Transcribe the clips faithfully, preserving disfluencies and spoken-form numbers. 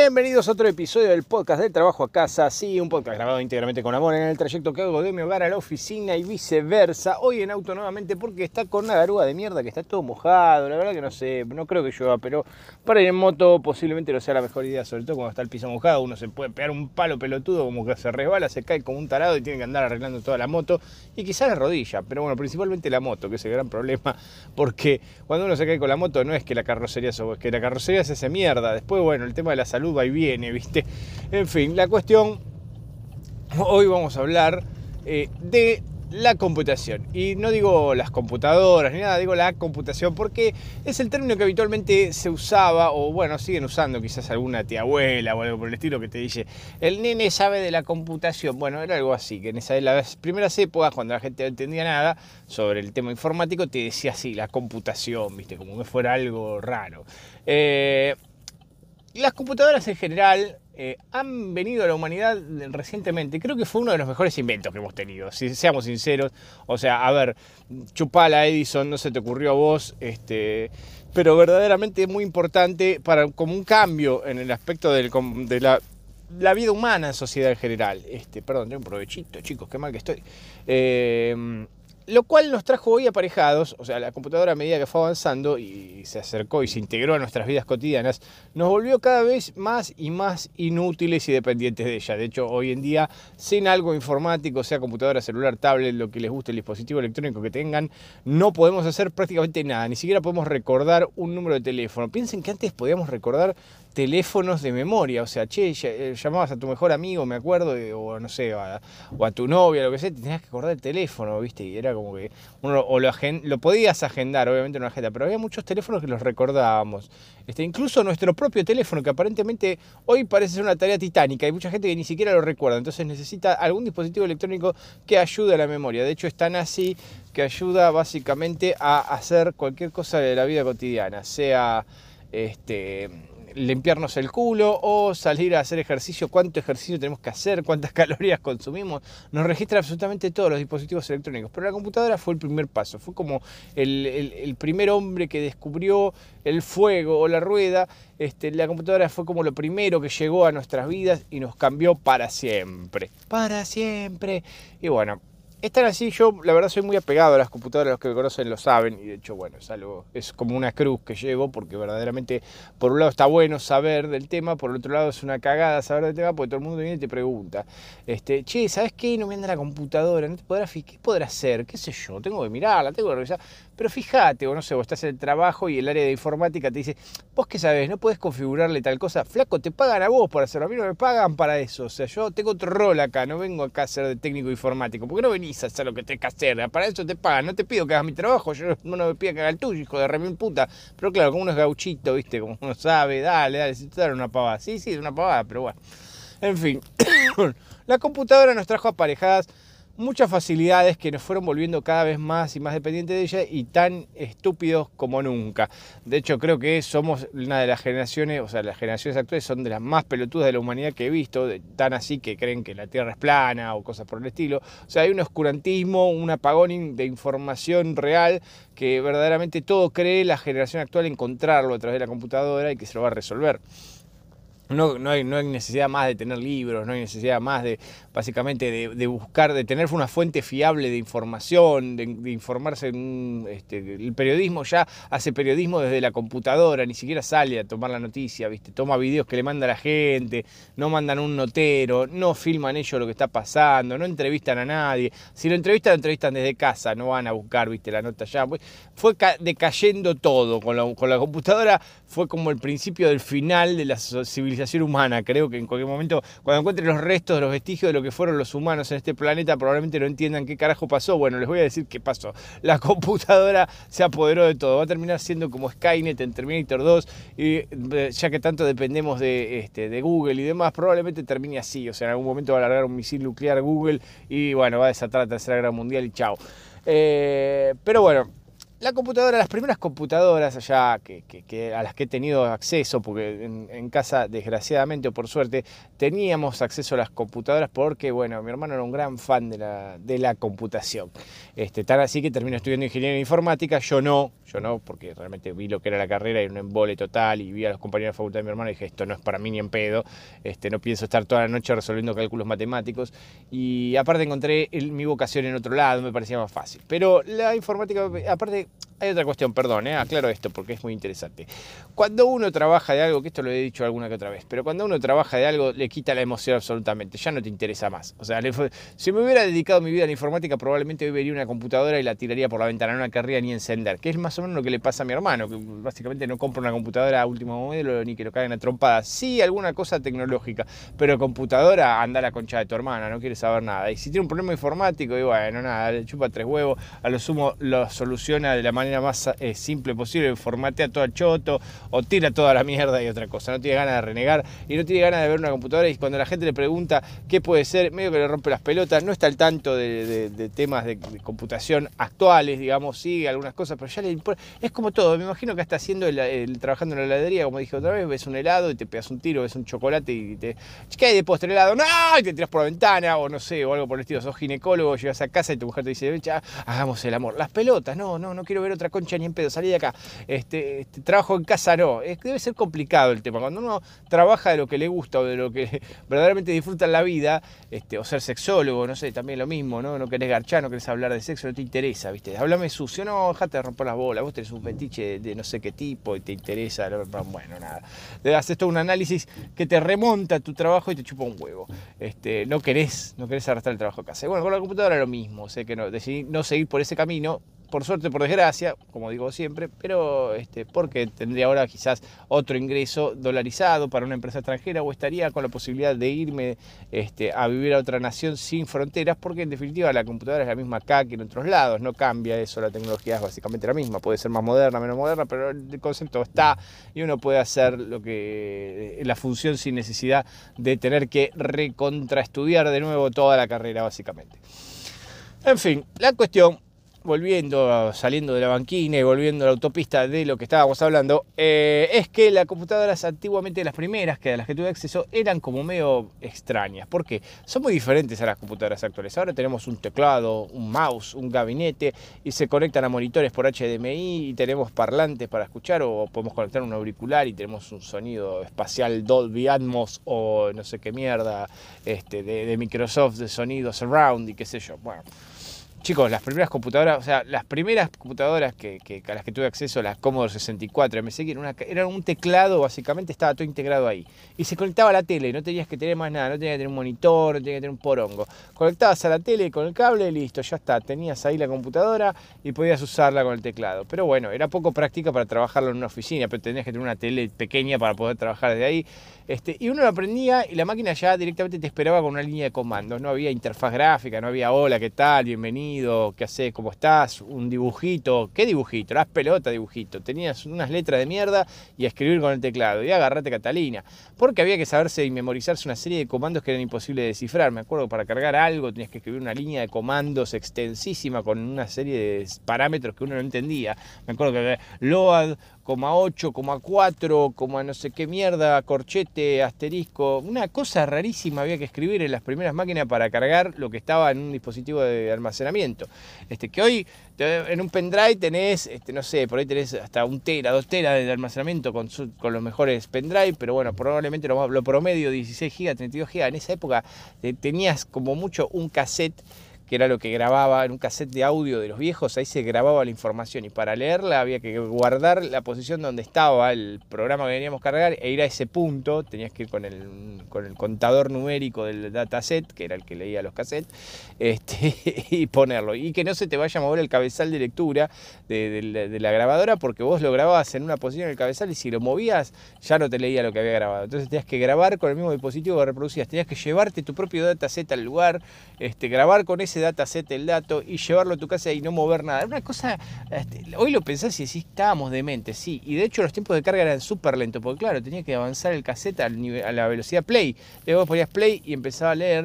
Bienvenidos a otro episodio del podcast del trabajo a casa. Sí, un podcast grabado íntegramente con amor en el trayecto que hago de mi hogar a la oficina y viceversa. Hoy en auto nuevamente porque está con una garúa de mierda que está todo mojado. La verdad que no sé, no creo que llueva, pero para ir en moto posiblemente no sea la mejor idea. Sobre todo cuando está el piso mojado, uno se puede pegar un palo pelotudo, como que se resbala, se cae como un tarado y tiene que andar arreglando toda la moto. Y quizás la rodilla, pero bueno, principalmente la moto, que es el gran problema. Porque cuando uno se cae con la moto no es que la carrocería es que la carrocería se hace mierda. Después, bueno, el tema de la salud va y viene, ¿viste? En fin, la cuestión, hoy vamos a hablar eh, de la computación. Y no digo las computadoras ni nada, digo la computación porque es el término que habitualmente se usaba, o bueno, siguen usando quizás alguna tía abuela o algo por el estilo que te dice, el nene sabe de la computación. Bueno, era algo así, que en esas las primeras épocas, cuando la gente no entendía nada sobre el tema informático, te decía así, la computación, ¿viste? Como que fuera algo raro. Eh... Las computadoras en general eh, han venido a la humanidad recientemente. Creo que fue uno de los mejores inventos que hemos tenido, si seamos sinceros. O sea, a ver, chupala Edison, no se te ocurrió a vos, este, pero verdaderamente es muy importante para, como un cambio en el aspecto del, de la, la vida humana en sociedad en general. Este, perdón, tengo un provechito, chicos, qué mal que estoy. Eh, Lo cual nos trajo hoy aparejados, o sea, la computadora a medida que fue avanzando y se acercó y se integró a nuestras vidas cotidianas, nos volvió cada vez más y más inútiles y dependientes de ella. De hecho, hoy en día, sin algo informático, sea computadora, celular, tablet, lo que les guste, el dispositivo electrónico que tengan, no podemos hacer prácticamente nada, ni siquiera podemos recordar un número de teléfono. Piensen que antes podíamos recordar teléfonos de memoria, o sea, che, llamabas a tu mejor amigo, me acuerdo, o no sé, a, o a tu novia, lo que sea, te tenías que acordar el teléfono, ¿viste? Y era como que uno o lo, agend, lo podías agendar, obviamente en una agenda, pero había muchos teléfonos que los recordábamos. Este, incluso nuestro propio teléfono, que aparentemente hoy parece ser una tarea titánica, hay mucha gente que ni siquiera lo recuerda, entonces necesita algún dispositivo electrónico que ayude a la memoria. De hecho, es tan así que ayuda básicamente a hacer cualquier cosa de la vida cotidiana, sea este... limpiarnos el culo o salir a hacer ejercicio, cuánto ejercicio tenemos que hacer, cuántas calorías consumimos, nos registra absolutamente todos los dispositivos electrónicos. Pero la computadora fue el primer paso, fue como el, el, el primer hombre que descubrió el fuego o la rueda. Este, la computadora fue como lo primero que llegó a nuestras vidas y nos cambió para siempre, para siempre. Y bueno, están así, yo la verdad soy muy apegado a las computadoras, los que me conocen lo saben, y de hecho, bueno, es algo, es como una cruz que llevo, porque verdaderamente, por un lado está bueno saber del tema, por el otro lado es una cagada saber del tema, porque todo el mundo viene y te pregunta, este, che, ¿sabes qué? No me anda la computadora, ¿no te podrá, ¿qué podrá hacer? ¿Qué sé yo? Tengo que mirarla, tengo que revisar, pero fíjate, o no sé, vos estás en el trabajo y el área de informática te dice, vos qué sabés, no podés configurarle tal cosa, flaco, te pagan a vos por hacerlo, a mí no me pagan para eso, o sea, yo tengo otro rol acá, no vengo acá a ser de técnico informático, ¿por qué no venís a hacer lo que tenés que hacer? Para eso te pagan, no te pido que hagas mi trabajo, yo no me pido que haga el tuyo, hijo de remil puta, pero claro, como uno es gauchito, viste, como uno sabe, dale, dale, si te dan una pavada, sí, sí, es una pavada, pero bueno, en fin, la computadora nos trajo aparejadas muchas facilidades que nos fueron volviendo cada vez más y más dependientes de ella y tan estúpidos como nunca. De hecho, creo que somos una de las generaciones, o sea, las generaciones actuales son de las más pelotudas de la humanidad que he visto, tan así que creen que la Tierra es plana o cosas por el estilo. O sea, hay un oscurantismo, un apagón de información real que verdaderamente todo cree la generación actual encontrarlo a través de la computadora y que se lo va a resolver. No, no, hay, no hay necesidad más de tener libros, no hay necesidad más de, básicamente, de, de buscar, de tener una fuente fiable de información, de, de informarse en un, este, el periodismo ya hace periodismo desde la computadora, ni siquiera sale a tomar la noticia, ¿viste? Toma videos que le manda la gente, no mandan un notero, no filman ellos lo que está pasando, no entrevistan a nadie. Si lo entrevistan, lo entrevistan desde casa, no van a buscar, ¿viste? La nota ya. Fue decayendo todo con la, con la computadora, fue como el principio del final de la civilización humana. Creo que en cualquier momento, cuando encuentren los restos, los vestigios de lo que fueron los humanos en este planeta, probablemente no entiendan qué carajo pasó. Bueno, les voy a decir qué pasó. La computadora se apoderó de todo. Va a terminar siendo como Skynet en Terminator dos, y ya que tanto dependemos de, este, de Google y demás, probablemente termine así. O sea, en algún momento va a largar un misil nuclear Google y bueno, va a desatar la Tercera Guerra Mundial y chao. Eh, pero bueno, la computadora, las primeras computadoras allá que, que, que a las que he tenido acceso, porque en, en casa, desgraciadamente o por suerte, teníamos acceso a las computadoras porque, bueno, mi hermano era un gran fan de la, de la computación. Este, tan así que terminó estudiando ingeniería informática, yo no, yo no, porque realmente vi lo que era la carrera y un embole total, y vi a los compañeros de facultad de mi hermano y dije, esto no es para mí ni en pedo, este, no pienso estar toda la noche resolviendo cálculos matemáticos, y aparte encontré el, mi vocación en otro lado, me parecía más fácil. Pero la informática, aparte, hay otra cuestión, perdón, eh, aclaro esto porque es muy interesante. Cuando uno trabaja de algo, que esto lo he dicho alguna que otra vez, pero cuando uno trabaja de algo le quita la emoción absolutamente, ya no te interesa más. O sea, le, si me hubiera dedicado mi vida a la informática, probablemente hoy vería una computadora y la tiraría por la ventana, no la querría ni encender, que es más o menos lo que le pasa a mi hermano, que básicamente no compra una computadora a último modelo ni que lo caguen a trompadas. Sí, alguna cosa tecnológica, pero computadora, anda a la concha de tu hermana, no quiere saber nada. Y si tiene un problema informático, y bueno, nada, le chupa tres huevos, a lo sumo lo soluciona de la manera más eh, simple posible, formatea todo el choto o tira toda la mierda y otra cosa. No tiene ganas de renegar y no tiene ganas de ver una computadora, y cuando la gente le pregunta qué puede ser, medio que le rompe las pelotas, no está al tanto de, de, de temas de, de computación actuales, digamos, sí, algunas cosas, pero ya le importa. Es como todo, me imagino que está haciendo el, el, trabajando en la heladería, como dije otra vez, ves un helado y te pegas un tiro, ves un chocolate y te... ¿Qué hay de postre helado? ¡No! Y te tiras por la ventana o no sé, o algo por el estilo. Sos ginecólogo, llegas a casa y tu mujer te dice, ya, hagamos el amor. Las pelotas, no, no, no quiero ver otra concha ni en pedo, salí de acá. Este, este, trabajo en casa, no. Es, debe ser complicado el tema. Cuando uno trabaja de lo que le gusta o de lo que verdaderamente disfruta en la vida, este, o ser sexólogo, no sé, también lo mismo, ¿no? No querés garchar, no querés hablar de sexo, no te interesa, ¿viste? Háblame sucio, no, dejate de romper las bolas, vos tenés un fetiche de, de no sé qué tipo y te interesa, bueno, nada. Haces todo un análisis que te remonta a tu trabajo y te chupa un huevo. Este, no querés, no querés arrastrar el trabajo a casa. Y bueno, con la computadora lo mismo, sé que no, decidí no seguir por ese camino, por suerte, por desgracia, como digo siempre, pero este, porque tendría ahora quizás otro ingreso dolarizado para una empresa extranjera, o estaría con la posibilidad de irme este, a vivir a otra nación sin fronteras, porque en definitiva la computadora es la misma acá que en otros lados, no cambia eso, la tecnología es básicamente la misma, puede ser más moderna, menos moderna, pero el concepto está y uno puede hacer lo que la función sin necesidad de tener que recontraestudiar de nuevo toda la carrera básicamente. En fin, la cuestión, volviendo, saliendo de la banquina y volviendo a la autopista de lo que estábamos hablando, eh, es que las computadoras antiguamente, las primeras que a las que tuve acceso, eran como medio extrañas. ¿Por qué? Son muy diferentes a las computadoras actuales. Ahora tenemos un teclado, un mouse, un gabinete, y se conectan a monitores por H D M I, y tenemos parlantes para escuchar, o podemos conectar un auricular y tenemos un sonido espacial Dolby Atmos o no sé qué mierda este, de, de Microsoft, de sonido surround y qué sé yo. Bueno, chicos, las primeras computadoras, o sea, las primeras computadoras que, que, a las que tuve acceso, las Commodore sesenta y cuatro, M S X, era, una, era un teclado, básicamente estaba todo integrado ahí. Y se conectaba a la tele, no tenías que tener más nada, no tenías que tener un monitor, no tenías que tener un porongo. Conectabas a la tele con el cable, listo, ya está, tenías ahí la computadora y podías usarla con el teclado. Pero bueno, era poco práctica para trabajarlo en una oficina, pero tenías que tener una tele pequeña para poder trabajar desde ahí. Este, y uno lo aprendía y la máquina ya directamente te esperaba con una línea de comandos. No había interfaz gráfica, no había hola, ¿qué tal? Bienvenido, ¿qué haces? ¿Cómo estás? Un dibujito. ¿Qué dibujito? Las pelota dibujito. Tenías unas letras de mierda y a escribir con el teclado. Y agarrate Catalina. Porque había que saberse y memorizarse una serie de comandos que eran imposibles de descifrar. Me acuerdo que para cargar algo tenías que escribir una línea de comandos extensísima con una serie de parámetros que uno no entendía. Me acuerdo que load, coma ocho, coma cuatro, coma no sé qué mierda, corchete, asterisco, una cosa rarísima había que escribir en las primeras máquinas para cargar lo que estaba en un dispositivo de almacenamiento. Este, que hoy en un pendrive tenés, este, no sé, por ahí tenés hasta un tera, dos teras de almacenamiento con, su, con los mejores pendrive, pero bueno, probablemente lo, lo promedio dieciséis gigas, treinta y dos gigas. En esa época eh, tenías como mucho un cassette, que era lo que grababa en un cassette de audio de los viejos, ahí se grababa la información, y para leerla había que guardar la posición donde estaba el programa que veníamos a cargar e ir a ese punto. Tenías que ir con el, con el contador numérico del dataset, que era el que leía los cassettes, este, y ponerlo, y que no se te vaya a mover el cabezal de lectura de, de, de la grabadora, porque vos lo grababas en una posición en el cabezal y si lo movías ya no te leía lo que había grabado. Entonces tenías que grabar con el mismo dispositivo que reproducías, tenías que llevarte tu propio dataset al lugar, este, grabar con ese dataset el dato y llevarlo a tu casa y no mover nada. Era una cosa, este, hoy lo pensás y decís, estábamos dementes, sí, y de hecho los tiempos de carga eran súper lentos, porque claro, tenía que avanzar el cassette al nivel, a la velocidad play. Luego ponías play y empezaba a leer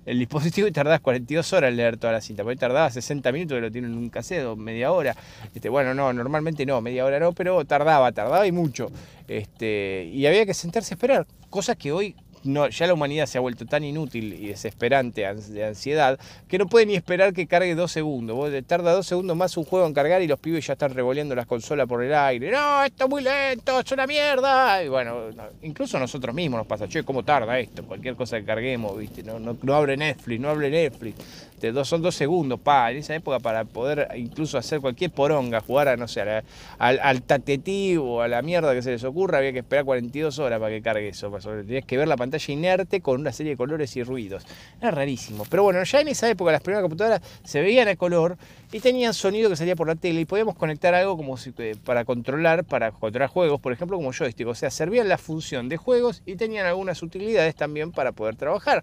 el dispositivo y tardás cuarenta y dos horas en leer toda la cinta, porque tardaba sesenta minutos que lo tienen en un cassette, o media hora. Este, bueno, no, normalmente no, media hora no, pero tardaba, tardaba y mucho. Este, y había que sentarse a esperar, cosas que hoy no, ya la humanidad se ha vuelto tan inútil y desesperante de ansiedad que no puede ni esperar que cargue dos segundos. Vos tarda dos segundos más un juego en cargar y los pibes ya están revoleando las consolas por el aire. No, esto es muy lento, es una mierda. Y bueno, no, incluso a nosotros mismos nos pasa, che, ¿cómo tarda esto? Cualquier cosa que carguemos, ¿viste? No, no, no abre Netflix, no abre Netflix. Te, dos, son dos segundos, pa. En esa época, para poder incluso hacer cualquier poronga, jugar a, no sé, a la, al, al tatetí o a la mierda que se les ocurra, había que esperar cuarenta y dos horas para que cargue eso. Tenías que ver la pantalla inerte con una serie de colores y ruidos. Era rarísimo. Pero bueno, ya en esa época las primeras computadoras se veían a color y tenían sonido que salía por la tele y podíamos conectar algo como si, para controlar, para controlar juegos, por ejemplo, como joystick. O sea, servían la función de juegos y tenían algunas utilidades también para poder trabajar.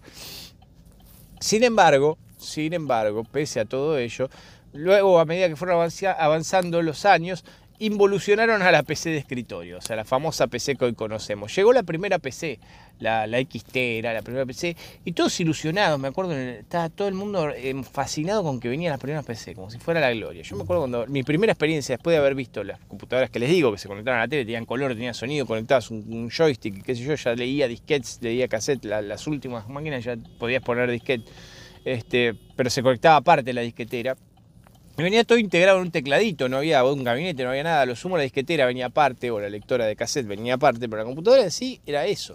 Sin embargo, sin embargo, pese a todo ello, luego a medida que fueron avanzando los años, involucionaron a la P C de escritorio, o sea, la famosa P C que hoy conocemos. Llegó la primera P C, la, la X T era la primera P C, y todos ilusionados, me acuerdo, estaba todo el mundo fascinado con que venían las primeras P C, como si fuera la gloria. Yo me acuerdo cuando mi primera experiencia, después de haber visto las computadoras que les digo, que se conectaban a la tele, tenían color, tenían sonido, conectabas un, un joystick, qué sé yo, ya leía disquetes, leía cassette, la, las últimas máquinas ya podías poner disquete, este, pero se conectaba aparte la disquetera. Y venía todo integrado en un tecladito, no había un gabinete, no había nada. Lo sumo la disquetera venía aparte, o la lectora de cassette venía aparte, pero la computadora en sí era eso.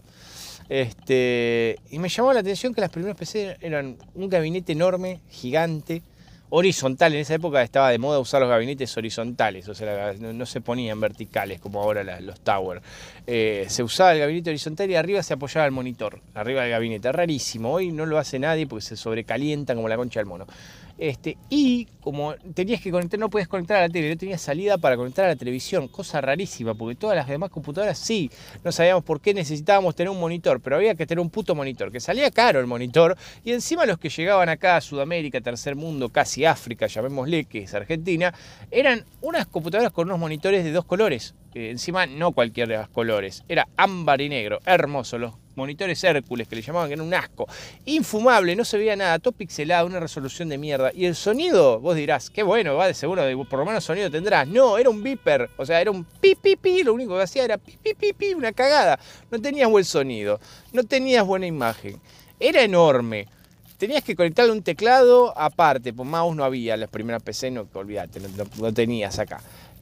Este, y me llamó la atención que las primeras P C eran un gabinete enorme, gigante, horizontal. En esa época estaba de moda usar los gabinetes horizontales, o sea, no, no se ponían verticales como ahora la, los tower. Eh, se usaba el gabinete horizontal y arriba se apoyaba el monitor, arriba del gabinete. Rarísimo, hoy no lo hace nadie porque se sobrecalientan como la concha del mono. Este, y como tenías que conectar, no podías conectar a la tele, no tenías salida para conectar a la televisión, cosa rarísima, porque todas las demás computadoras sí, no sabíamos por qué necesitábamos tener un monitor, pero había que tener un puto monitor, que salía caro el monitor, y encima los que llegaban acá a Sudamérica, tercer mundo, casi África, llamémosle, que es Argentina, eran unas computadoras con unos monitores de dos colores, eh, encima no cualquiera de los colores, era ámbar y negro, hermoso, los monitores Hércules, que le llamaban, que era un asco, infumable, no se veía nada, todo pixelado, una resolución de mierda, y el sonido, vos dirás, qué bueno, va de seguro, por lo menos sonido tendrás. No, era un beeper, o sea, era un pi, pi, pi, lo único que hacía era pi, pi, pi, pi, una cagada, no tenías buen sonido, no tenías buena imagen, era enorme. Tenías que conectarle un teclado aparte, pues mouse no había, las primeras P C, no, olvídate, no, no tenías acá.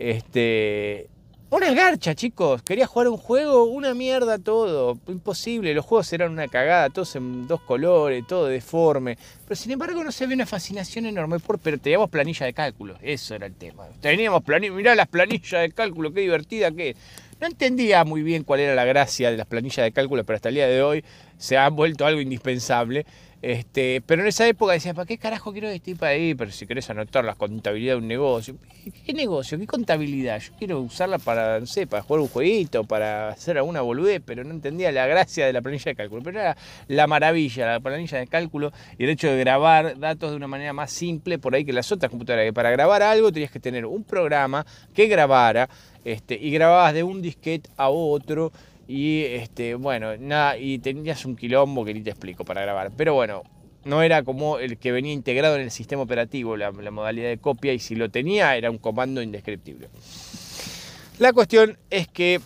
Este... Una garcha, chicos, quería jugar un juego, una mierda todo, imposible, los juegos eran una cagada, todos en dos colores, todo deforme, pero sin embargo no se ve una fascinación enorme, por, pero teníamos planilla de cálculo, eso era el tema, teníamos planilla, mirá las planillas de cálculo, qué divertida que es. No entendía muy bien cuál era la gracia de las planillas de cálculo, pero hasta el día de hoy se han vuelto algo indispensable. Este, pero en esa época decía, ¿para qué carajo quiero este para ahí? Pero si querés anotar la contabilidad de un negocio. ¿Qué negocio? ¿Qué contabilidad? Yo quiero usarla para, no sé, para jugar un jueguito, para hacer alguna boludez, pero no entendía la gracia de la planilla de cálculo. Pero era la maravilla, la planilla de cálculo y el hecho de grabar datos de una manera más simple por ahí que las otras computadoras, que para grabar algo tenías que tener un programa que grabara, este, y grababas de un disquete a otro. Y este, bueno, nada, y tenías un quilombo que ni te explico para grabar. Pero bueno, no era como el que venía integrado en el sistema operativo, la, la modalidad de copia, y si lo tenía era un comando indescriptible. La cuestión es que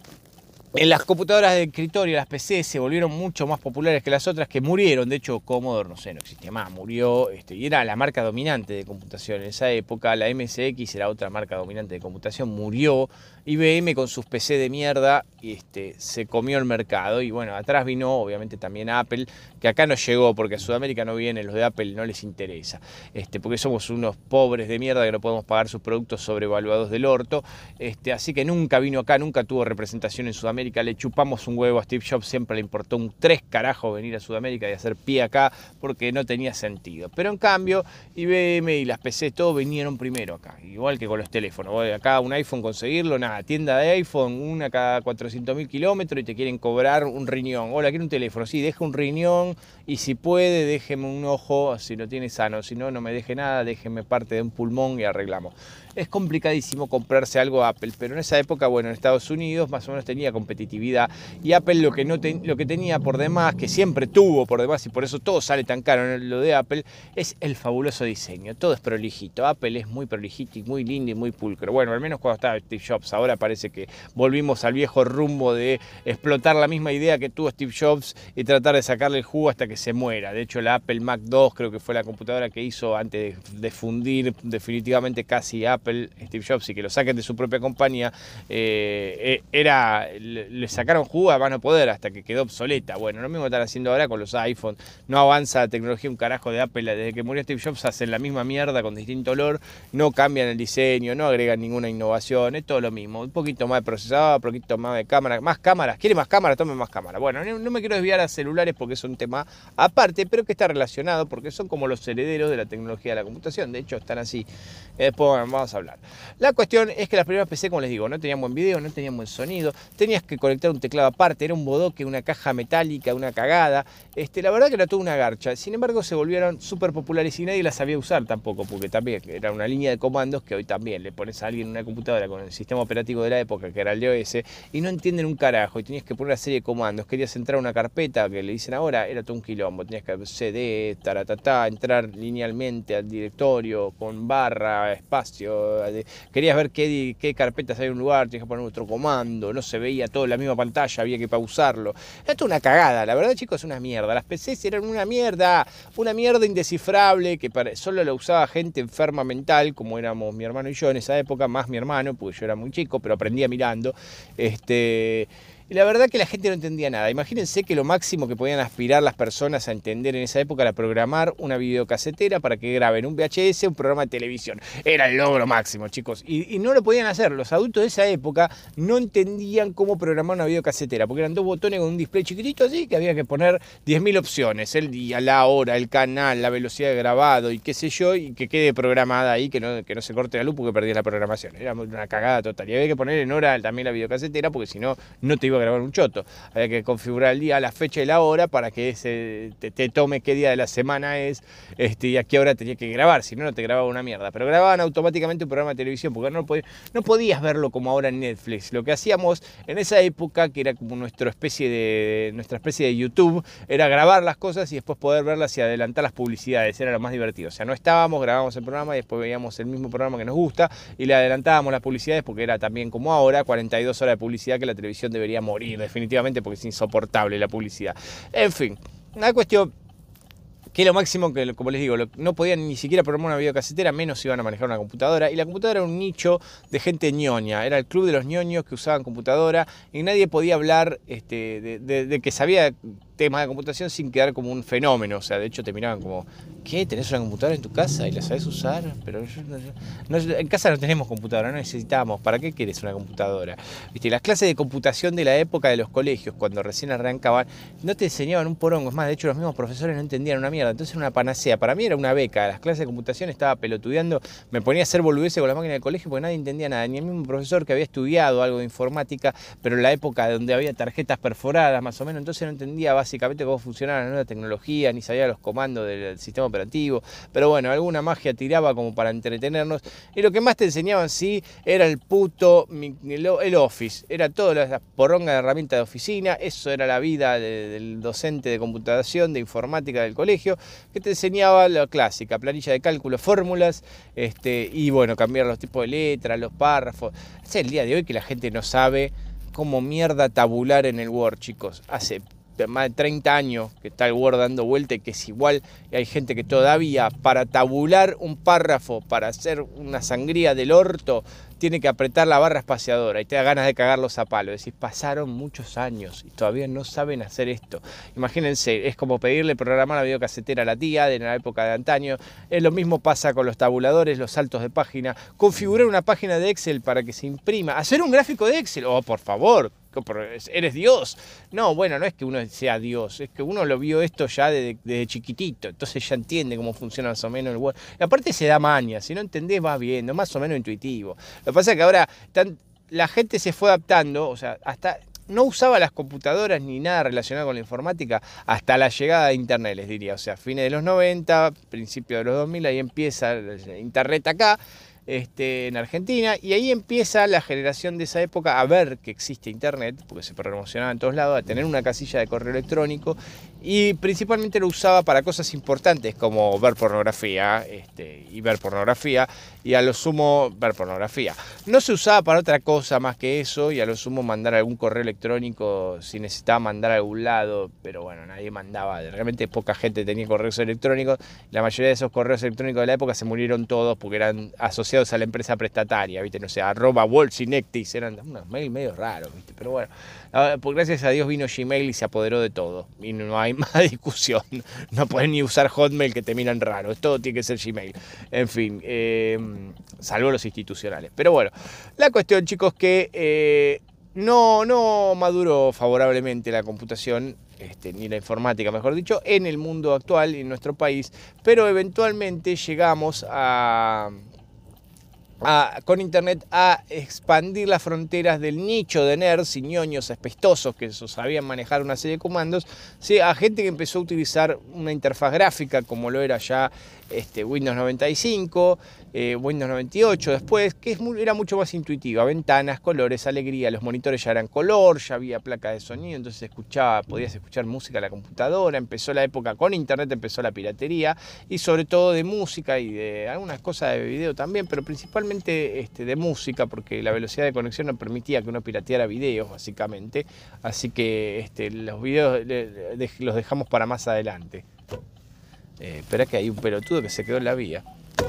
en las computadoras de escritorio, las P C, se volvieron mucho más populares que las otras, que murieron. De hecho, Commodore, no sé, no existía más, murió, este, y era la marca dominante de computación en esa época. La M S X era otra marca dominante de computación, murió. I B M con sus P C de mierda este, se comió el mercado, y bueno, atrás vino obviamente también Apple, que acá no llegó porque a Sudamérica no vienen, los de Apple no les interesa, este, porque somos unos pobres de mierda que no podemos pagar sus productos sobrevaluados del orto, este, así que nunca vino acá, nunca tuvo representación en Sudamérica, le chupamos un huevo a Steve Jobs, siempre le importó un tres carajo venir a Sudamérica y hacer pie acá porque no tenía sentido, pero en cambio I B M y las P C todo vinieron primero acá, igual que con los teléfonos, voy acá un iPhone conseguirlo, nada, tienda de iPhone, una cada cuatrocientos mil kilómetros y te quieren cobrar un riñón. Hola, quiero un teléfono, sí, deje un riñón y si puede, déjeme un ojo, si lo tiene sano, si no, no me deje nada, déjeme parte de un pulmón y arreglamos. Es complicadísimo comprarse algo Apple, pero en esa época, bueno, en Estados Unidos más o menos tenía competitividad competitividad. Y Apple lo que, no te, lo que tenía por demás, que siempre tuvo por demás, y por eso todo sale tan caro en lo de Apple, es el fabuloso diseño. Todo es prolijito. Apple es muy prolijito y muy lindo y muy pulcro. Bueno, al menos cuando estaba Steve Jobs. Ahora parece que volvimos al viejo rumbo de explotar la misma idea que tuvo Steve Jobs y tratar de sacarle el jugo hasta que se muera. De hecho, la Apple Mac dos creo que fue la computadora que hizo antes de, de fundir definitivamente casi Apple, Steve Jobs, y que lo saquen de su propia compañía. Eh, era, le, le sacaron jugo a más no poder hasta que quedó obsoleta. Bueno, lo mismo están haciendo ahora con los iPhone. No avanza la tecnología un carajo de Apple. Desde que murió Steve Jobs hacen la misma mierda con distinto olor, no cambian el diseño, no agregan ninguna innovación, es todo lo mismo. Un poquito más de procesador, un poquito más de cámara, más cámaras. ¿Quiere más cámaras? Tome más cámaras. Bueno, no, no me quiero desviar a celulares porque es un tema aparte, pero que está relacionado porque son como los herederos de la tecnología de la computación. De hecho, están así. Después vamos a hablar. La cuestión es que las primeras P C, como les digo, no tenían buen video, no tenían buen sonido, tenías que conectar un teclado aparte, era un bodoque, una caja metálica, una cagada. Este, la verdad que era toda una garcha. Sin embargo, se volvieron súper populares y nadie las sabía usar tampoco, porque también era una línea de comandos que hoy también le pones a alguien en una computadora con el sistema operativo de la época, que era el iOS, y no entienden un carajo, y tenías que poner una serie de comandos. Querías entrar a una carpeta, que le dicen ahora, era todo un quilombo. Tenías que C D, taratatá, entrar linealmente al directorio, con barra, espacio. Querías ver qué, qué carpetas hay en un lugar, tenías que poner otro comando, no se veía todo en la misma pantalla, había que pausarlo. Esto es una cagada, la verdad, chicos, es una mierda. Las P Cs eran una mierda, una mierda indescifrable, que solo la usaba gente enferma mental, como éramos mi hermano y yo en esa época, más mi hermano, porque yo era muy chico, pero aprendía mirando. Este... Y la verdad que la gente no entendía nada. Imagínense que lo máximo que podían aspirar las personas a entender en esa época era programar una videocasetera para que graben un V H S, un programa de televisión. Era el logro máximo, chicos. Y, y no lo podían hacer. Los adultos de esa época no entendían cómo programar una videocasetera, porque eran dos botones con un display chiquitito así, que había que poner diez mil opciones. El día, la hora, el canal, la velocidad de grabado y qué sé yo, y que quede programada ahí, que no, que no se corte la luz porque perdías la programación. Era una cagada total. Y había que poner en hora también la videocasetera, porque si no, no te iba a grabar un choto. Había que configurar el día, la fecha y la hora para que ese, te, te tome qué día de la semana es, este, y a qué hora tenía que grabar, si no, no te grababa una mierda. Pero grababan automáticamente un programa de televisión, porque no, podías, no podías verlo como ahora en Netflix. Lo que hacíamos en esa época, que era como nuestra especie de, nuestra especie de YouTube, era grabar las cosas y después poder verlas y adelantar las publicidades. Era lo más divertido. O sea, no estábamos, grabábamos el programa y después veíamos el mismo programa que nos gusta y le adelantábamos las publicidades, porque era también como ahora, cuarenta y dos horas de publicidad, que la televisión debería morir definitivamente, porque es insoportable la publicidad. En fin, una cuestión que lo máximo que, como les digo, no podían ni siquiera programar una videocasetera, menos iban a manejar una computadora, y la computadora era un nicho de gente ñoña, era el club de los ñoños que usaban computadora, y nadie podía hablar este, de, de, de que sabía temas de computación sin quedar como un fenómeno. O sea, de hecho te miraban como, ¿qué? ¿Tenés una computadora en tu casa y la sabés usar? Pero yo, yo, no, en casa no tenemos computadora, no necesitamos. ¿Para qué quieres una computadora? ¿Viste? Las clases de computación de la época de los colegios, cuando recién arrancaban, no te enseñaban un porongo. Es más, de hecho los mismos profesores no entendían una mierda. Entonces era una panacea. Para mí era una beca. Las clases de computación estaba pelotudeando, me ponía a hacer boludeces con la máquina del colegio porque nadie entendía nada. Ni el mismo profesor que había estudiado algo de informática, pero en la época donde había tarjetas perforadas más o menos, entonces no entendía básicamente cómo funcionaba la nueva tecnología, ni sabía los comandos del sistema operativo, pero bueno, alguna magia tiraba como para entretenernos, y lo que más te enseñaban sí era el puto, el Office, era toda la poronga de herramientas de oficina, eso era la vida de, del docente de computación, de informática del colegio, que te enseñaba la clásica, planilla de cálculo, fórmulas, este, y bueno, cambiar los tipos de letras, los párrafos. Es el día de hoy que la gente no sabe cómo mierda tabular en el Word, chicos. Hace más de treinta años que está el Word dando vuelta y que es igual, y hay gente que todavía para tabular un párrafo, para hacer una sangría del orto, tiene que apretar la barra espaciadora y te da ganas de cagarlos a palo. Decís, pasaron muchos años y todavía no saben hacer esto. Imagínense, es como pedirle programar la videocasetera a la tía de la época de antaño. Es lo mismo pasa con los tabuladores, los saltos de página, configurar una página de Excel para que se imprima, hacer un gráfico de Excel, oh, por favor, eres Dios. No, bueno, no es que uno sea Dios, es que uno lo vio esto ya desde, desde chiquitito, entonces ya entiende cómo funciona más o menos el Word. Y aparte se da maña, si no entendés vas viendo, más o menos intuitivo. Lo que pasa es que ahora tan, la gente se fue adaptando, o sea, hasta no usaba las computadoras ni nada relacionado con la informática hasta la llegada de Internet, les diría. O sea, fines de los noventa, principios de los dos mil, ahí empieza Internet acá. este, en Argentina, y ahí empieza la generación de esa época a ver que existe internet, porque se promocionaba en todos lados, a tener una casilla de correo electrónico, y principalmente lo usaba para cosas importantes como ver pornografía, este, y ver pornografía, y a lo sumo ver pornografía. No se usaba para otra cosa más que eso, y a lo sumo mandar algún correo electrónico si necesitaba mandar a algún lado, pero bueno, nadie mandaba, realmente poca gente tenía correos electrónicos, la mayoría de esos correos electrónicos de la época se murieron todos porque eran asociados a la empresa prestataria, ¿viste? No sé, arroba Wolsinectis, eran unos mails medio raros, ¿viste? Pero bueno, pues gracias a Dios vino Gmail y se apoderó de todo, y no hay más discusión, no pueden ni usar Hotmail que te miran raro, todo tiene que ser Gmail, en fin, eh, salvo los institucionales. Pero bueno, la cuestión, chicos, que eh, no, no maduró favorablemente la computación, este, ni la informática, mejor dicho, en el mundo actual y en nuestro país, pero eventualmente llegamos a... A, con internet a expandir las fronteras del nicho de nerds y ñoños espestosos que sabían manejar una serie de comandos, ¿sí? A gente que empezó a utilizar una interfaz gráfica como lo era ya este, Windows noventa y cinco, eh, Windows noventa y ocho después, que es muy, era mucho más intuitiva, ventanas, colores, alegría, los monitores ya eran color, ya había placa de sonido, entonces escuchaba, podías escuchar música en la computadora, empezó la época con internet, empezó la piratería, y sobre todo de música y de algunas cosas de video también, pero principalmente Este, de música, porque la velocidad de conexión no permitía que uno pirateara videos, básicamente. Así que este, los videos de, de, los dejamos para más adelante. Eh, espera que hay un pelotudo que se quedó en la vía.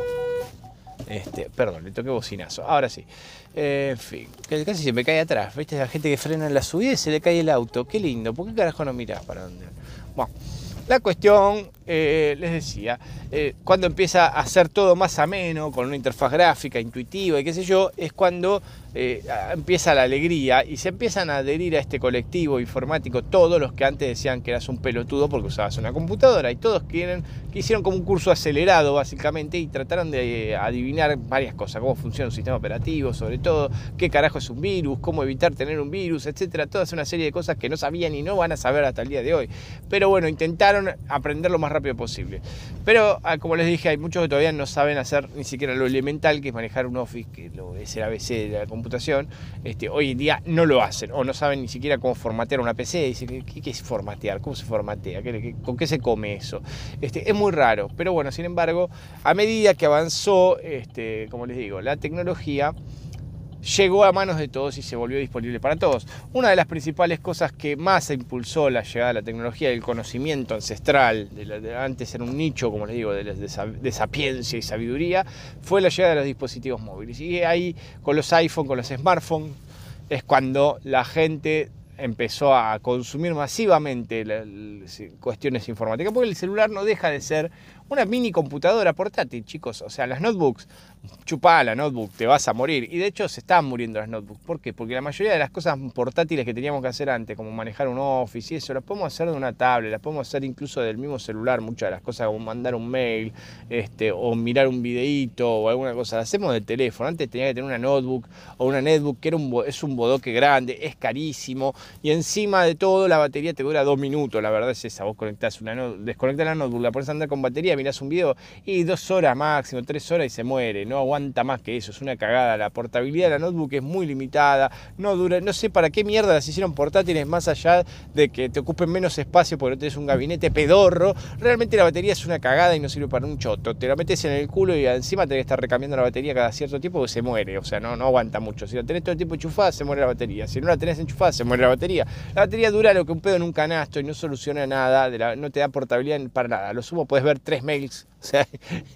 Este, perdón, le toqué bocinazo. Ahora sí. Eh, en fin, que casi se me cae atrás. ¿Viste? La gente que frena en la subida y se le cae el auto. Qué lindo. ¿Por qué carajo no mirás para dónde? Bueno. La cuestión, eh, les decía, eh, cuando empieza a ser todo más ameno, con una interfaz gráfica, intuitiva y qué sé yo, es cuando eh, empieza la alegría y se empiezan a adherir a este colectivo informático todos los que antes decían que eras un pelotudo porque usabas una computadora, y todos quieren, que hicieron como un curso acelerado básicamente y trataron de eh, adivinar varias cosas, cómo funciona un sistema operativo, sobre todo, qué carajo es un virus, cómo evitar tener un virus, etcétera, toda una serie de cosas que no sabían y no van a saber hasta el día de hoy. Pero bueno, intentaron aprender lo más rápido posible. Pero como les dije, hay muchos que todavía no saben hacer ni siquiera lo elemental, que es manejar un Office, que es el A B C de la computadora. Este, hoy en día no lo hacen, o no saben ni siquiera cómo formatear una P C. Dicen, ¿qué, qué es formatear? ¿Cómo se formatea? ¿Qué, qué, ¿Con qué se come eso? Este, es muy raro, pero bueno, sin embargo, a medida que avanzó, este, como les digo, la tecnología, llegó a manos de todos y se volvió disponible para todos. Una de las principales cosas que más impulsó la llegada de la tecnología y el conocimiento ancestral, de la, de, antes era un nicho, como les digo, de, de, de sapiencia y sabiduría, fue la llegada de los dispositivos móviles. Y ahí, con los iPhone, con los smartphones, es cuando la gente empezó a consumir masivamente la, la, cuestiones informáticas, porque el celular no deja de ser una mini computadora portátil, chicos. O sea, las notebooks, chupá la notebook, te vas a morir. Y de hecho se están muriendo las notebooks. ¿Por qué? Porque la mayoría de las cosas portátiles que teníamos que hacer antes, como manejar un Office y eso, las podemos hacer de una tablet, las podemos hacer incluso del mismo celular. Muchas de las cosas, como mandar un mail, este, o mirar un videíto o alguna cosa, las hacemos del teléfono. Antes tenía que tener una notebook o una netbook, que era un, es un bodoque grande, es carísimo, y encima de todo la batería te dura dos minutos. La verdad es esa, vos conectás una no, desconectás la notebook, la pones a andar con batería, mirás un video y dos horas máximo, tres horas y se muere. No aguanta más que eso, es una cagada. La portabilidad de la notebook es muy limitada, no dura, no sé para qué mierda las hicieron portátiles, más allá de que te ocupen menos espacio porque no tenés un gabinete pedorro. Realmente la batería es una cagada y no sirve para un choto. Te la metes en el culo y encima tenés que estar recambiando la batería cada cierto tiempo porque se muere. O sea, no, no aguanta mucho. Si la tenés todo el tiempo enchufada, se muere la batería. Si no la tenés enchufada, se muere la batería. La batería dura lo que un pedo en un canasto y no soluciona nada, de la, no te da portabilidad para nada. Lo sumo puedes ver tres mails. O sea,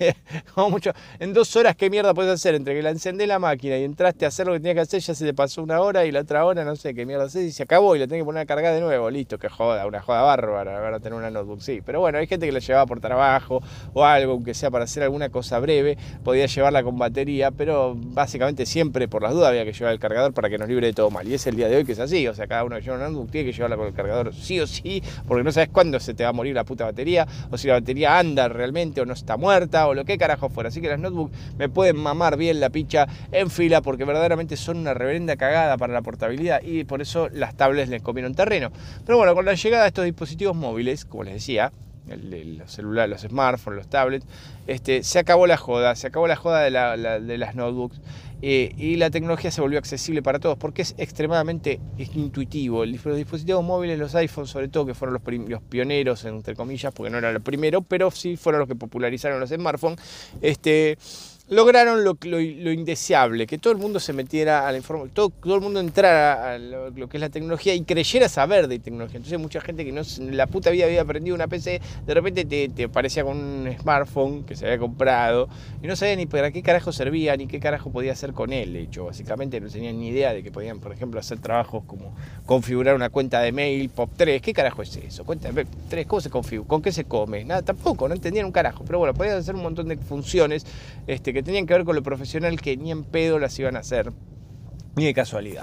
como mucho, en dos horas, ¿qué mierda puedes hacer? Entre que la encendés la máquina y entraste a hacer lo que tenías que hacer, ya se te pasó una hora, y la otra hora, no sé qué mierda haces, y se acabó y la tenés que poner a cargar de nuevo. Listo, que joda, una joda bárbara, van a tener una notebook, sí. Pero bueno, hay gente que la llevaba por trabajo o algo, aunque sea para hacer alguna cosa breve, podía llevarla con batería, pero básicamente siempre, por las dudas, había que llevar el cargador para que nos libre de todo mal. Y es el día de hoy que es así, o sea, cada uno que lleva una notebook tiene que llevarla con el cargador sí o sí, porque no sabes cuándo se te va a morir la puta batería, o si la batería anda realmente o no está muerta o lo que carajo fuera. Así que las notebooks me pueden mamar bien la picha en fila, porque verdaderamente son una reverenda cagada para la portabilidad, y por eso las tablets les comieron terreno. Pero bueno, con la llegada de estos dispositivos móviles, como les decía, el, el, los celulares, los smartphones, los tablets, este, se acabó la joda, se acabó la joda de, la, la, de las notebooks. Eh, y la tecnología se volvió accesible para todos porque es extremadamente intuitivo. Los dispositivos móviles, los iPhones sobre todo, que fueron los, los pioneros, entre comillas, porque no era lo primero, pero sí fueron los que popularizaron los smartphones, este, lograron lo, lo, lo indeseable, que todo el mundo se metiera a la información, todo, todo el mundo entrara a lo, lo que es la tecnología y creyera saber de tecnología. Entonces mucha gente que no la puta vida había aprendido una P C, de repente te, te aparecía con un smartphone que se había comprado y no sabía ni para qué carajo servía, ni qué carajo podía hacer con él. De hecho, básicamente no tenían ni idea de que podían, por ejemplo, hacer trabajos como configurar una cuenta de mail, pop tres, ¿qué carajo es eso? Cuenta de mail, pop tres, ¿cómo se configura? ¿Con qué se come? Nada, tampoco, no entendían un carajo, pero bueno, podían hacer un montón de funciones este, que tenían que ver con lo profesional que ni en pedo las iban a hacer, ni de casualidad.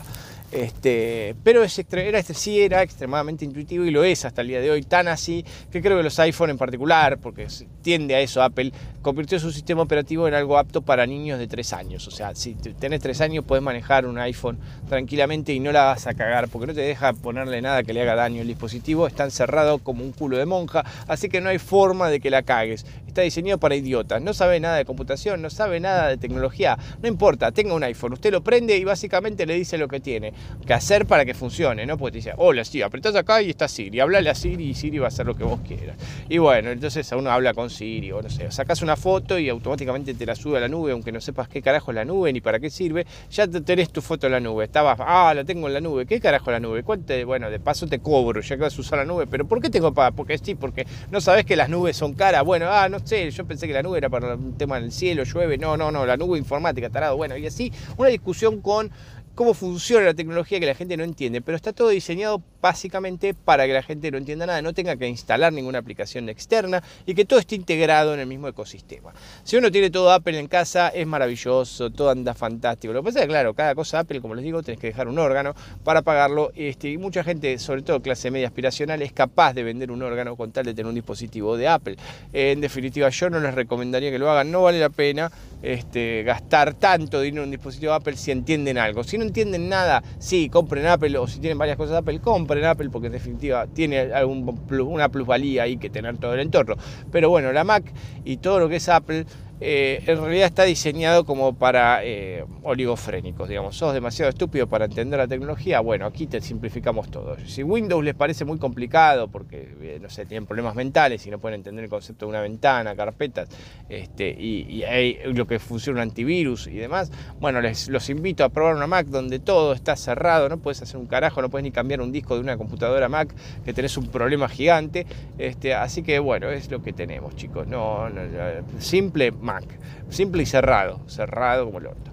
Este, pero es, era, este, sí era extremadamente intuitivo y lo es hasta el día de hoy, tan así que creo que los iPhone en particular, porque tiende a eso Apple, convirtió su sistema operativo en algo apto para niños de tres años. O sea, si tenés tres años puedes manejar un iPhone tranquilamente y no la vas a cagar porque no te deja ponerle nada que le haga daño. El dispositivo está encerrado como un culo de monja, así que no hay forma de que la cagues. Está diseñado para idiotas, no sabe nada de computación, no sabe nada de tecnología, no importa, tenga un iPhone, usted lo prende y básicamente le dice lo que tiene que hacer para que funcione, ¿no? Porque te dice, hola, sí, apretás acá y está Siri, hablale a Siri y Siri va a hacer lo que vos quieras. Y bueno, entonces uno habla con Siri, o no sé, sacás una foto y automáticamente te la sube a la nube, aunque no sepas qué carajo es la nube ni para qué sirve, ya tenés tu foto en la nube. Estabas, ah, la tengo en la nube, ¿qué carajo es la nube? ¿Cuánto? Bueno, de paso te cobro, ya que vas a usar la nube, pero ¿por qué tengo que pagar? Porque sí, porque no sabés que las nubes son caras. Bueno, ah, no sé, yo pensé que la nube era para un tema del cielo, llueve, no, no, no, la nube informática, tarado. Bueno, y así, una discusión con cómo funciona la tecnología que la gente no entiende, pero está todo diseñado básicamente para que la gente no entienda nada, no tenga que instalar ninguna aplicación externa y que todo esté integrado en el mismo ecosistema. Si uno tiene todo Apple en casa, es maravilloso, todo anda fantástico. Lo que pasa es que, claro, cada cosa Apple, como les digo, tenés que dejar un órgano para pagarlo, este, y mucha gente, sobre todo clase media aspiracional, es capaz de vender un órgano con tal de tener un dispositivo de Apple. Eh, en definitiva, yo no les recomendaría que lo hagan, no vale la pena este, gastar tanto dinero en un dispositivo Apple si entienden algo. Si no entienden nada, sí, compren Apple, o si tienen varias cosas de Apple, compren Apple, porque en definitiva tiene algún plus, una plusvalía ahí que tener todo el entorno. Pero bueno, la Mac y todo lo que es Apple eh, en realidad está diseñado como para eh, oligofrénicos, digamos. Sos demasiado estúpido para entender la tecnología, bueno, aquí te simplificamos todo. Si Windows les parece muy complicado porque, eh, no sé, tienen problemas mentales y no pueden entender el concepto de una ventana, carpetas, este, y, y hay lo que funciona un antivirus y demás, bueno, les los invito a probar una Mac donde todo está cerrado, no puedes hacer un carajo, no puedes ni cambiar un disco de una computadora Mac, que tenés un problema gigante, este, así que bueno, es lo que tenemos, chicos. No, no, no, simple Mac, simple y cerrado, cerrado como el orto.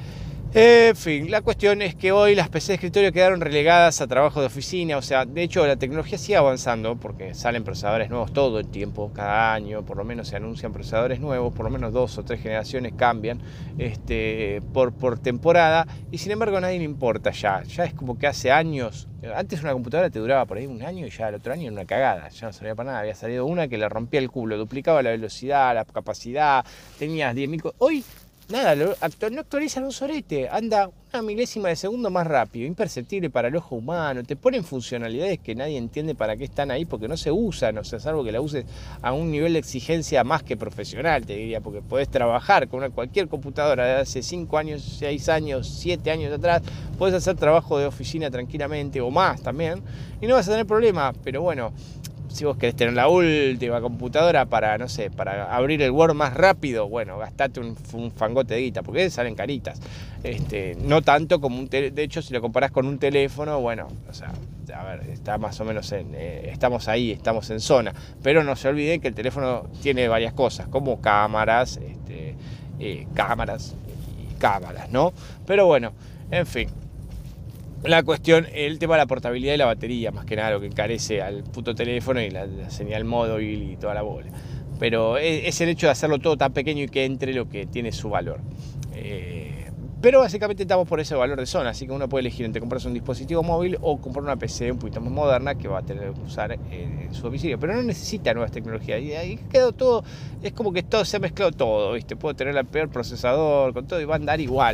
En fin, la cuestión es que hoy las P C de escritorio quedaron relegadas a trabajo de oficina. O sea, de hecho la tecnología sigue avanzando porque salen procesadores nuevos todo el tiempo, cada año por lo menos se anuncian procesadores nuevos, por lo menos dos o tres generaciones cambian este, por, por temporada, y sin embargo a nadie le importa ya, ya es como que hace años. Antes una computadora te duraba por ahí un año y ya el otro año era una cagada, ya no servía para nada. Había salido una que le rompía el culo, duplicaba la velocidad, la capacidad, tenías diez mil... Hoy nada, no actualizan un sorete, anda una milésima de segundo más rápido, imperceptible para el ojo humano, te ponen funcionalidades que nadie entiende para qué están ahí porque no se usan, o sea, salvo que la uses a un nivel de exigencia más que profesional, te diría, porque podés trabajar con una, cualquier computadora de hace cinco años, seis años, siete años atrás, podés hacer trabajo de oficina tranquilamente, o más también, y no vas a tener problema, pero bueno, si vos querés tener la última computadora para, no sé, para abrir el Word más rápido, bueno, gastate un, un fangote de guita, porque salen caritas. Este, no tanto como un teléfono, de hecho, si lo comparás con un teléfono, bueno, o sea, a ver, está más o menos en, eh, estamos ahí, estamos en zona. Pero no se olviden que el teléfono tiene varias cosas, como cámaras, este, eh, cámaras y cámaras, ¿no? Pero bueno, en fin. La cuestión, el tema de la portabilidad y la batería, más que nada lo que encarece al puto teléfono y la, la señal móvil y toda la bola. Pero es, es el hecho de hacerlo todo tan pequeño y que entre lo que tiene su valor. Eh, pero básicamente estamos por ese valor de zona, así que uno puede elegir entre comprarse un dispositivo móvil o comprar una P C un poquito más moderna que va a tener que usar en su domicilio. Pero no necesita nuevas tecnologías. Y ahí quedó todo, es como que todo se ha mezclado todo, ¿viste? Puedo tener el peor procesador con todo y va a andar igual.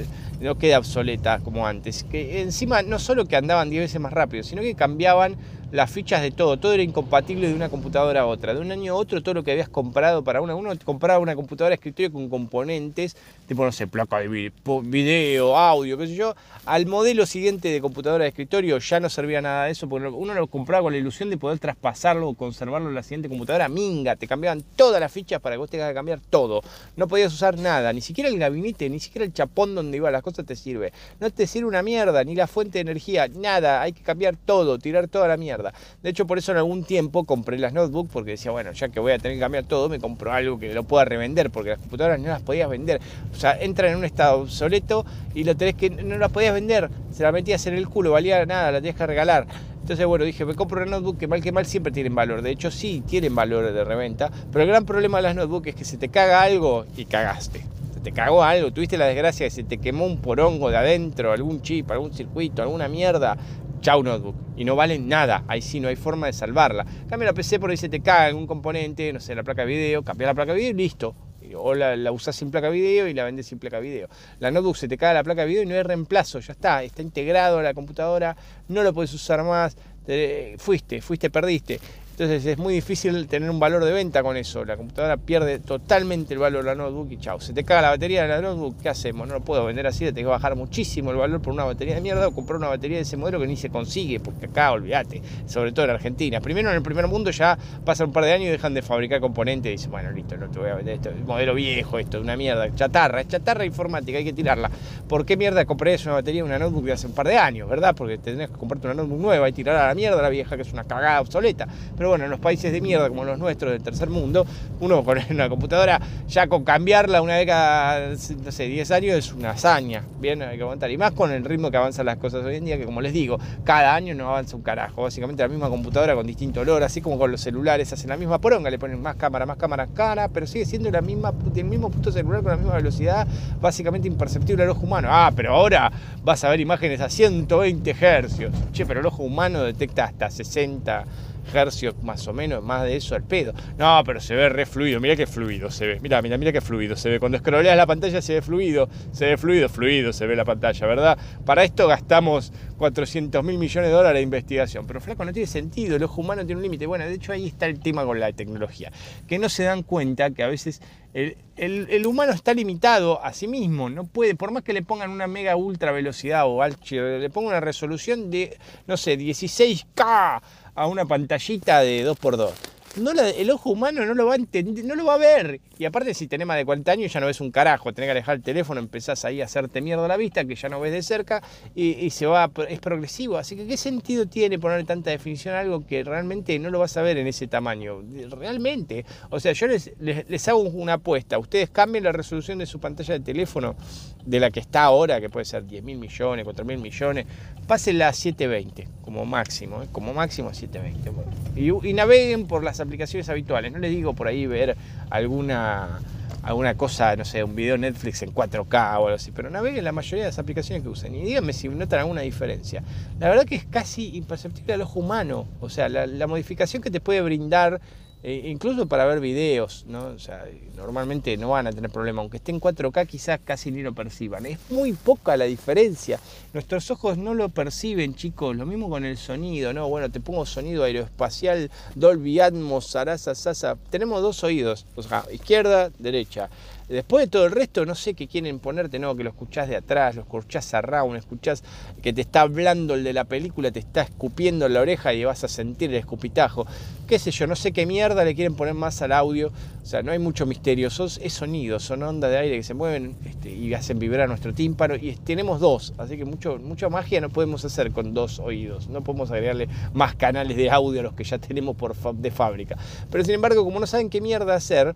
no queda obsoleta como antes. Que encima no solo que andaban diez veces más rápido, sino que cambiaban las fichas de todo, todo era incompatible de una computadora a otra, de un año a otro todo lo que habías comprado para una, uno compraba una computadora de escritorio con componentes, tipo no sé, placa de video, audio, qué sé yo, al modelo siguiente de computadora de escritorio ya no servía nada de eso, porque uno lo compraba con la ilusión de poder traspasarlo o conservarlo en la siguiente computadora, minga, te cambiaban todas las fichas para que vos tengas que cambiar todo, no podías usar nada, ni siquiera el gabinete, ni siquiera el chapón donde iban las cosas te sirve, no te sirve una mierda, ni la fuente de energía, nada, hay que cambiar todo, tirar toda la mierda. De hecho, por eso en algún tiempo compré las notebooks, porque decía, bueno, ya que voy a tener que cambiar todo, me compro algo que lo pueda revender, porque las computadoras no las podías vender. O sea, entran en un estado obsoleto y lo tenés que, no las podías vender, se la metías en el culo, valía nada, la tenías que regalar. Entonces, bueno, dije, me compro una notebook que mal que mal siempre tienen valor. De hecho, sí, tienen valor de reventa, pero el gran problema de las notebooks es que se te caga algo y cagaste. Se te cagó algo, tuviste la desgracia de que se te quemó un porongo de adentro, algún chip, algún circuito, alguna mierda. Chau notebook, y no valen nada, ahí sí no hay forma de salvarla. Cambia la P C por ahí se te cae algún componente, no sé, la placa de video, cambias la placa de video y listo. O la, la usás sin placa de video y la vendés sin placa de video. La notebook se te cae la placa de video y no hay reemplazo, ya está, está integrado a la computadora, no lo puedes usar más, te, fuiste, fuiste, perdiste. Entonces es muy difícil tener un valor de venta con eso. La computadora pierde totalmente el valor de la notebook y chao. Se te caga la batería de la notebook, ¿qué hacemos? No lo puedo vender así, te tengo que bajar muchísimo el valor por una batería de mierda o comprar una batería de ese modelo que ni se consigue, porque acá, olvídate, sobre todo en Argentina. Primero en el primer mundo ya pasan un par de años y dejan de fabricar componentes y dicen, bueno, listo, no te voy a vender esto, es modelo viejo, esto es una mierda, chatarra, es chatarra informática, hay que tirarla. ¿Por qué mierda comprarías una batería de una notebook de hace un par de años, verdad? Porque tenés que comprarte una notebook nueva y tirar a la mierda la vieja, que es una cagada obsoleta. Pero bueno, en los países de mierda como los nuestros del tercer mundo, uno con una computadora ya con cambiarla una década, no sé, diez años es una hazaña, bien, hay que aguantar, y más con el ritmo que avanzan las cosas hoy en día, que como les digo, cada año no avanza un carajo, básicamente la misma computadora con distinto olor, así como con los celulares hacen la misma poronga, le ponen más cámara, más cámara, cara, pero sigue siendo la misma, el mismo puto celular con la misma velocidad, básicamente imperceptible al ojo humano. Ah, pero ahora vas a ver imágenes a ciento veinte hercios, che, pero el ojo humano detecta hasta sesenta hercios más o menos, más de eso al pedo. No, pero se ve re fluido, mira qué fluido se ve, mira, mira, mira qué fluido se ve, cuando scrolleas la pantalla se ve fluido, se ve fluido, fluido se ve la pantalla, ¿verdad? Para esto gastamos cuatrocientos mil millones de dólares de investigación, pero flaco, no tiene sentido, el ojo humano tiene un límite. Bueno, de hecho ahí está el tema con la tecnología, que no se dan cuenta que a veces el, el, el humano está limitado a sí mismo, no puede, por más que le pongan una mega ultra velocidad o le pongan una resolución de, no sé, dieciséis K a una pantallita de dos por dos. No la, el ojo humano no lo va a entender, no lo va a ver. Y aparte, si tenés más de cuarenta años ya no ves un carajo, tenés que alejar el teléfono, empezás ahí a hacerte mierda la vista, que ya no ves de cerca, y, y se va, es progresivo. Así que, ¿qué sentido tiene poner tanta definición a algo que realmente no lo vas a ver en ese tamaño? Realmente. O sea, yo les, les, les hago una apuesta. Ustedes cambien la resolución de su pantalla de teléfono, de la que está ahora, que puede ser diez mil millones, cuatro mil millones, pásenla a setecientos veinte, como máximo, ¿eh? Como máximo a setecientos veinte. Bueno, y, y naveguen por las aplicaciones habituales. No les digo por ahí ver alguna, alguna cosa, no sé, un video Netflix en cuatro K o algo así, pero naveguen la mayoría de las aplicaciones que usen y díganme si notan alguna diferencia. La verdad que es casi imperceptible al ojo humano, o sea, la, la modificación que te puede brindar, eh, incluso para ver videos, ¿no? O sea, normalmente no van a tener problema, aunque esté en cuatro K quizás casi ni lo perciban. Es muy poca la diferencia. Nuestros ojos no lo perciben, chicos. Lo mismo con el sonido, ¿no? Bueno, te pongo sonido aeroespacial, Dolby Atmos, Sarasa, Sasa. Tenemos dos oídos, o sea, izquierda, derecha. Después de todo el resto, no sé qué quieren ponerte, no, que lo escuchás de atrás, lo escuchás surround, escuchás que te está hablando el de la película, te está escupiendo en la oreja y vas a sentir el escupitajo. Qué sé yo, no sé qué mierda le quieren poner más al audio. O sea, no hay mucho misterio, es sonido, son ondas de aire que se mueven este, y hacen vibrar nuestro tímpano. Y tenemos dos, así que mucho, mucha magia no podemos hacer con dos oídos. No podemos agregarle más canales de audio a los que ya tenemos por de fábrica. Pero sin embargo, como no saben qué mierda hacer,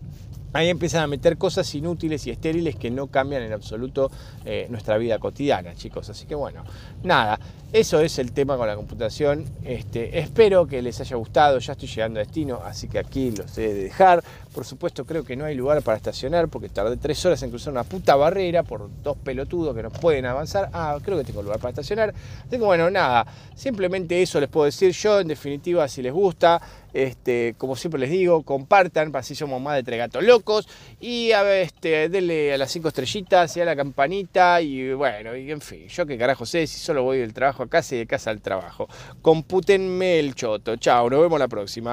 ahí empiezan a meter cosas inútiles y estériles que no cambian en absoluto eh, nuestra vida cotidiana, chicos. Así que bueno, nada, eso es el tema con la computación. Este, espero que les haya gustado, ya estoy llegando a destino, así que aquí los he de dejar. Por supuesto, creo que no hay lugar para estacionar porque tardé tres horas en cruzar una puta barrera por dos pelotudos que no pueden avanzar. Ah, creo que tengo lugar para estacionar. Así que bueno, nada, simplemente eso les puedo decir yo. En definitiva, si les gusta, Este, como siempre les digo, compartan, para así somos más de tres gatos locos. Y a ver, este, denle a las cinco estrellitas y a la campanita. Y bueno, y en fin, yo qué carajo sé si solo voy del trabajo a casa y de casa al trabajo. Compútenme el choto. Chao, nos vemos la próxima.